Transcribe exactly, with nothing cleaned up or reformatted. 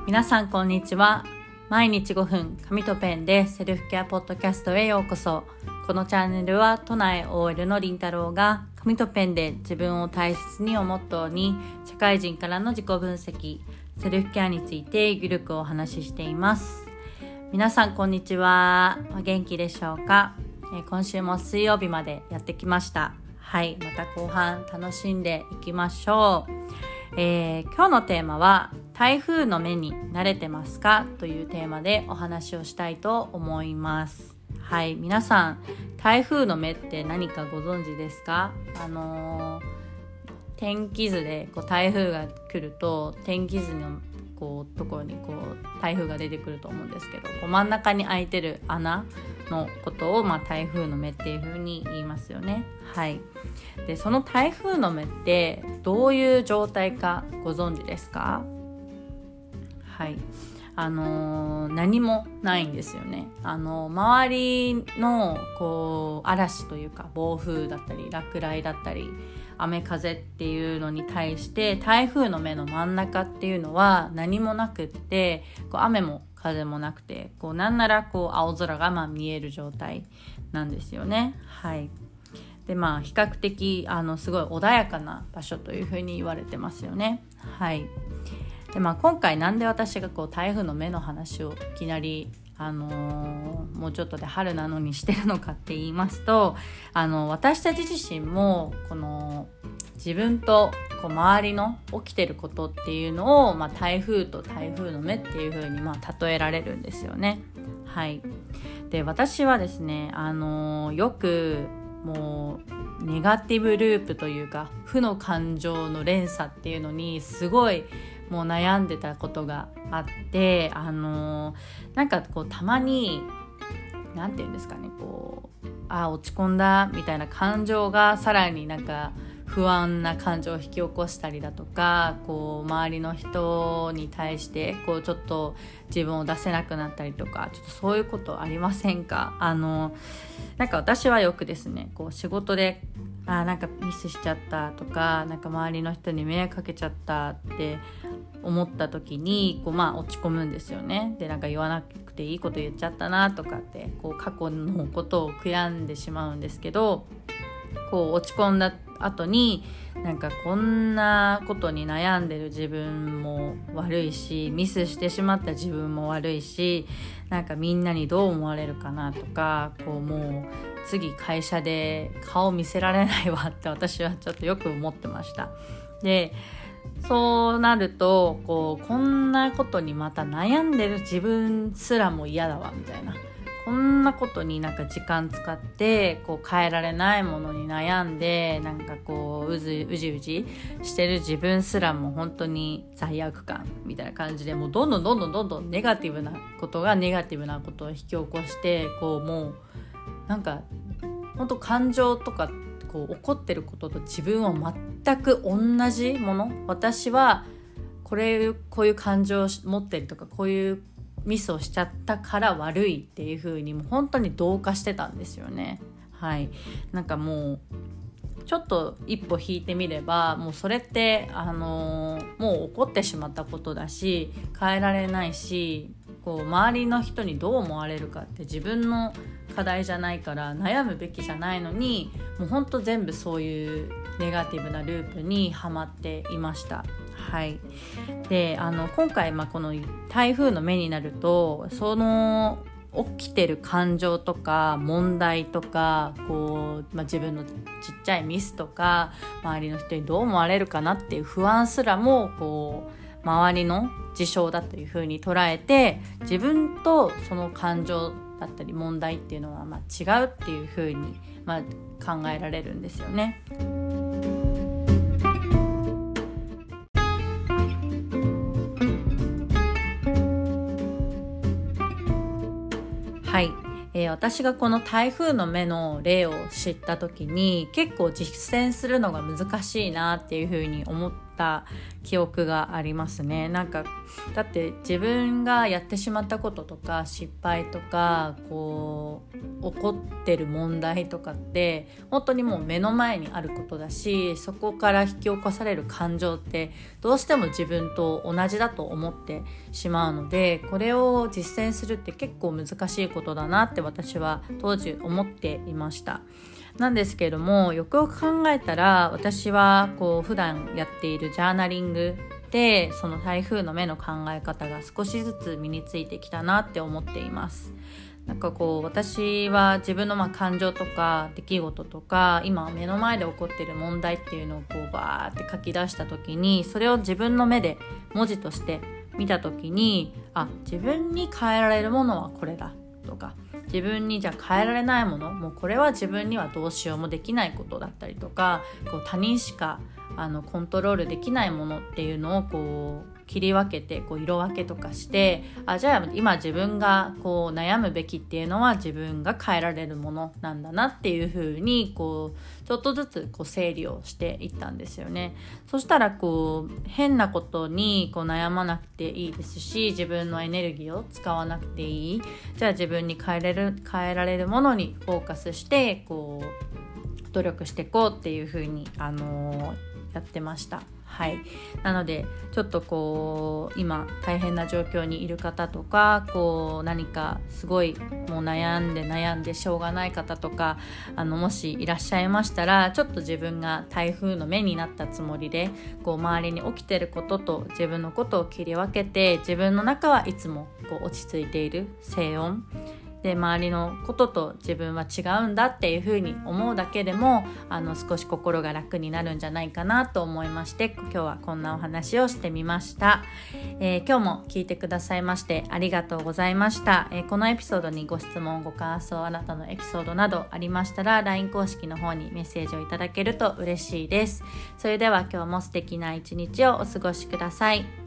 皆さんこんにちは。毎日ごふん紙とペンでセルフケアポッドキャストへようこそ。このチャンネルは都内 オーエル のりんたろうが紙とペンで自分を大切にをモットーに社会人からの自己分析、セルフケアについてゆるくお話ししています。皆さんこんにちは。お元気でしょうか。え今週も水曜日までやってきました。はい、また後半楽しんでいきましょう。えー、今日のテーマは台風の目に慣れてますかというテーマでお話をしたいと思います。はい、皆さん台風の目って何かご存知ですか？あのー、天気図でこう台風が来ると天気図のこうところにこう台風が出てくると思うんですけど、こう真ん中に開いてる穴のことを、まあ、台風の目っていう風に言いますよね。はい。で、その台風の目ってどういう状態かご存知ですか？はい。あのー、何もないんですよね。あのー、周りのこう嵐というか暴風だったり落雷だったり雨風っていうのに対して台風の目の真ん中っていうのは何もなくって、こう雨も風もなくて、こうなんならこう青空がまあ見える状態なんですよね。はい。でまあ比較的あのすごい穏やかな場所というふうに言われてますよね。はい。でまあ今回なんで私がこう台風の目の話をいきなりあのー、もうちょっとで春なのにしてるのかって言いますと、あの私たち自身もこの自分とこう周りの起きてることっていうのを、まあ、台風と台風の目っていう風にまあ例えられるんですよね。はい。で私はですね、あのー、よくもうネガティブループというか負の感情の連鎖っていうのにすごいもう悩んでたことがあって、あのー、なんかこうたまになんていうんですかね、こうあ落ち込んだみたいな感情がさらになんか不安な感情を引き起こしたりだとか、こう周りの人に対してこうちょっと自分を出せなくなったりとか、ちょっとそういうことありませんか？あのなんか私はよくですね、こう仕事であなんかミスしちゃったとか、なんか周りの人に迷惑かけちゃったって思った時にこうまあ落ち込むんですよね。でなんか言わなくていいこと言っちゃったなとかってこう過去のことを悔やんでしまうんですけど、こう落ち込んだ後になんかこんなことに悩んでる自分も悪いし、ミスしてしまった自分も悪いし、なんかみんなにどう思われるかなとか、こうもう次会社で顔見せられないわって私はちょっとよく思ってました。でそうなるとこうこんなことにまた悩んでる自分すらも嫌だわみたいな、こんなことになんか時間使ってこう変えられないものに悩んでなんかこううずうじうじしてる自分すらも本当に罪悪感みたいな感じで、もうどんどんどんどんどんどんネガティブなことがネガティブなことを引き起こして、こうもうなんか本当感情とかこう起こってることと自分は全く同じもの、私はこれこういう感情を持ってるとかこういうミスをしちゃったから悪いっていう風にもう本当に同化してたんですよね。はい。なんかもうちょっと一歩引いてみればもうそれってあのー、もう起こってしまったことだし変えられないし、こう周りの人にどう思われるかって自分の課題じゃないから悩むべきじゃないのに、もうほんと全部そういうネガティブなループにはまっていました。はい。であの今回、まあ、この台風の目になるとその起きてる感情とか問題とかこう、まあ、自分のちっちゃいミスとか周りの人にどう思われるかなっていう不安すらもこう周りの事象だというふうに捉えて、自分とその感情だったり問題っていうのはまあ違うっていうふうにまあ考えられるんですよね。はい、えー、私がこの台風の目の例を知った時に結構実践するのが難しいなっていうふうに思ったた記憶がありますね。なんかだって自分がやってしまったこととか失敗とかこう起こってる問題とかって本当にもう目の前にあることだし、そこから引き起こされる感情ってどうしても自分と同じだと思ってしまうので、これを実践するって結構難しいことだなって私は当時思っていました。なんですけれども、よくよく考えたら私はこう普段やっているジャーナリングでその台風の目の考え方が少しずつ身についてきたなって思っています。なんかこう私は自分のまあ感情とか出来事とか今目の前で起こっている問題っていうのをこうバーって書き出した時に、それを自分の目で文字として見た時に、あ、自分に変えられるものはこれだとか、自分にじゃあ変えられないもの、もうこれは自分にはどうしようもできないことだったりとか、こう他人しかあのコントロールできないものっていうのをこう切り分けてこう色分けとかして、あ、じゃあ今自分がこう悩むべきっていうのは自分が変えられるものなんだなっていう風にこうちょっとずつこう整理をしていったんですよね。そしたらこう変なことにこう悩まなくていいですし、自分のエネルギーを使わなくていい、じゃあ自分に変えれる変えられるものにフォーカスしてこう努力していこうっていう風にあのーやってました。はい、なのでちょっとこう今大変な状況にいる方とか、こう何かすごいもう悩んで悩んでしょうがない方とか、あのもしいらっしゃいましたら、ちょっと自分が台風の目になったつもりでこう周りに起きてることと自分のことを切り分けて、自分の中はいつもこう落ち着いている静音で、周りのことと自分は違うんだっていう風に思うだけでもあの少し心が楽になるんじゃないかなと思いまして、今日はこんなお話をしてみました。えー、今日も聞いてくださいましてありがとうございました。えー、このエピソードにご質問ご感想、あなたのエピソードなどありましたら ライン 公式の方にメッセージをいただけると嬉しいです。それでは今日も素敵な一日をお過ごしください。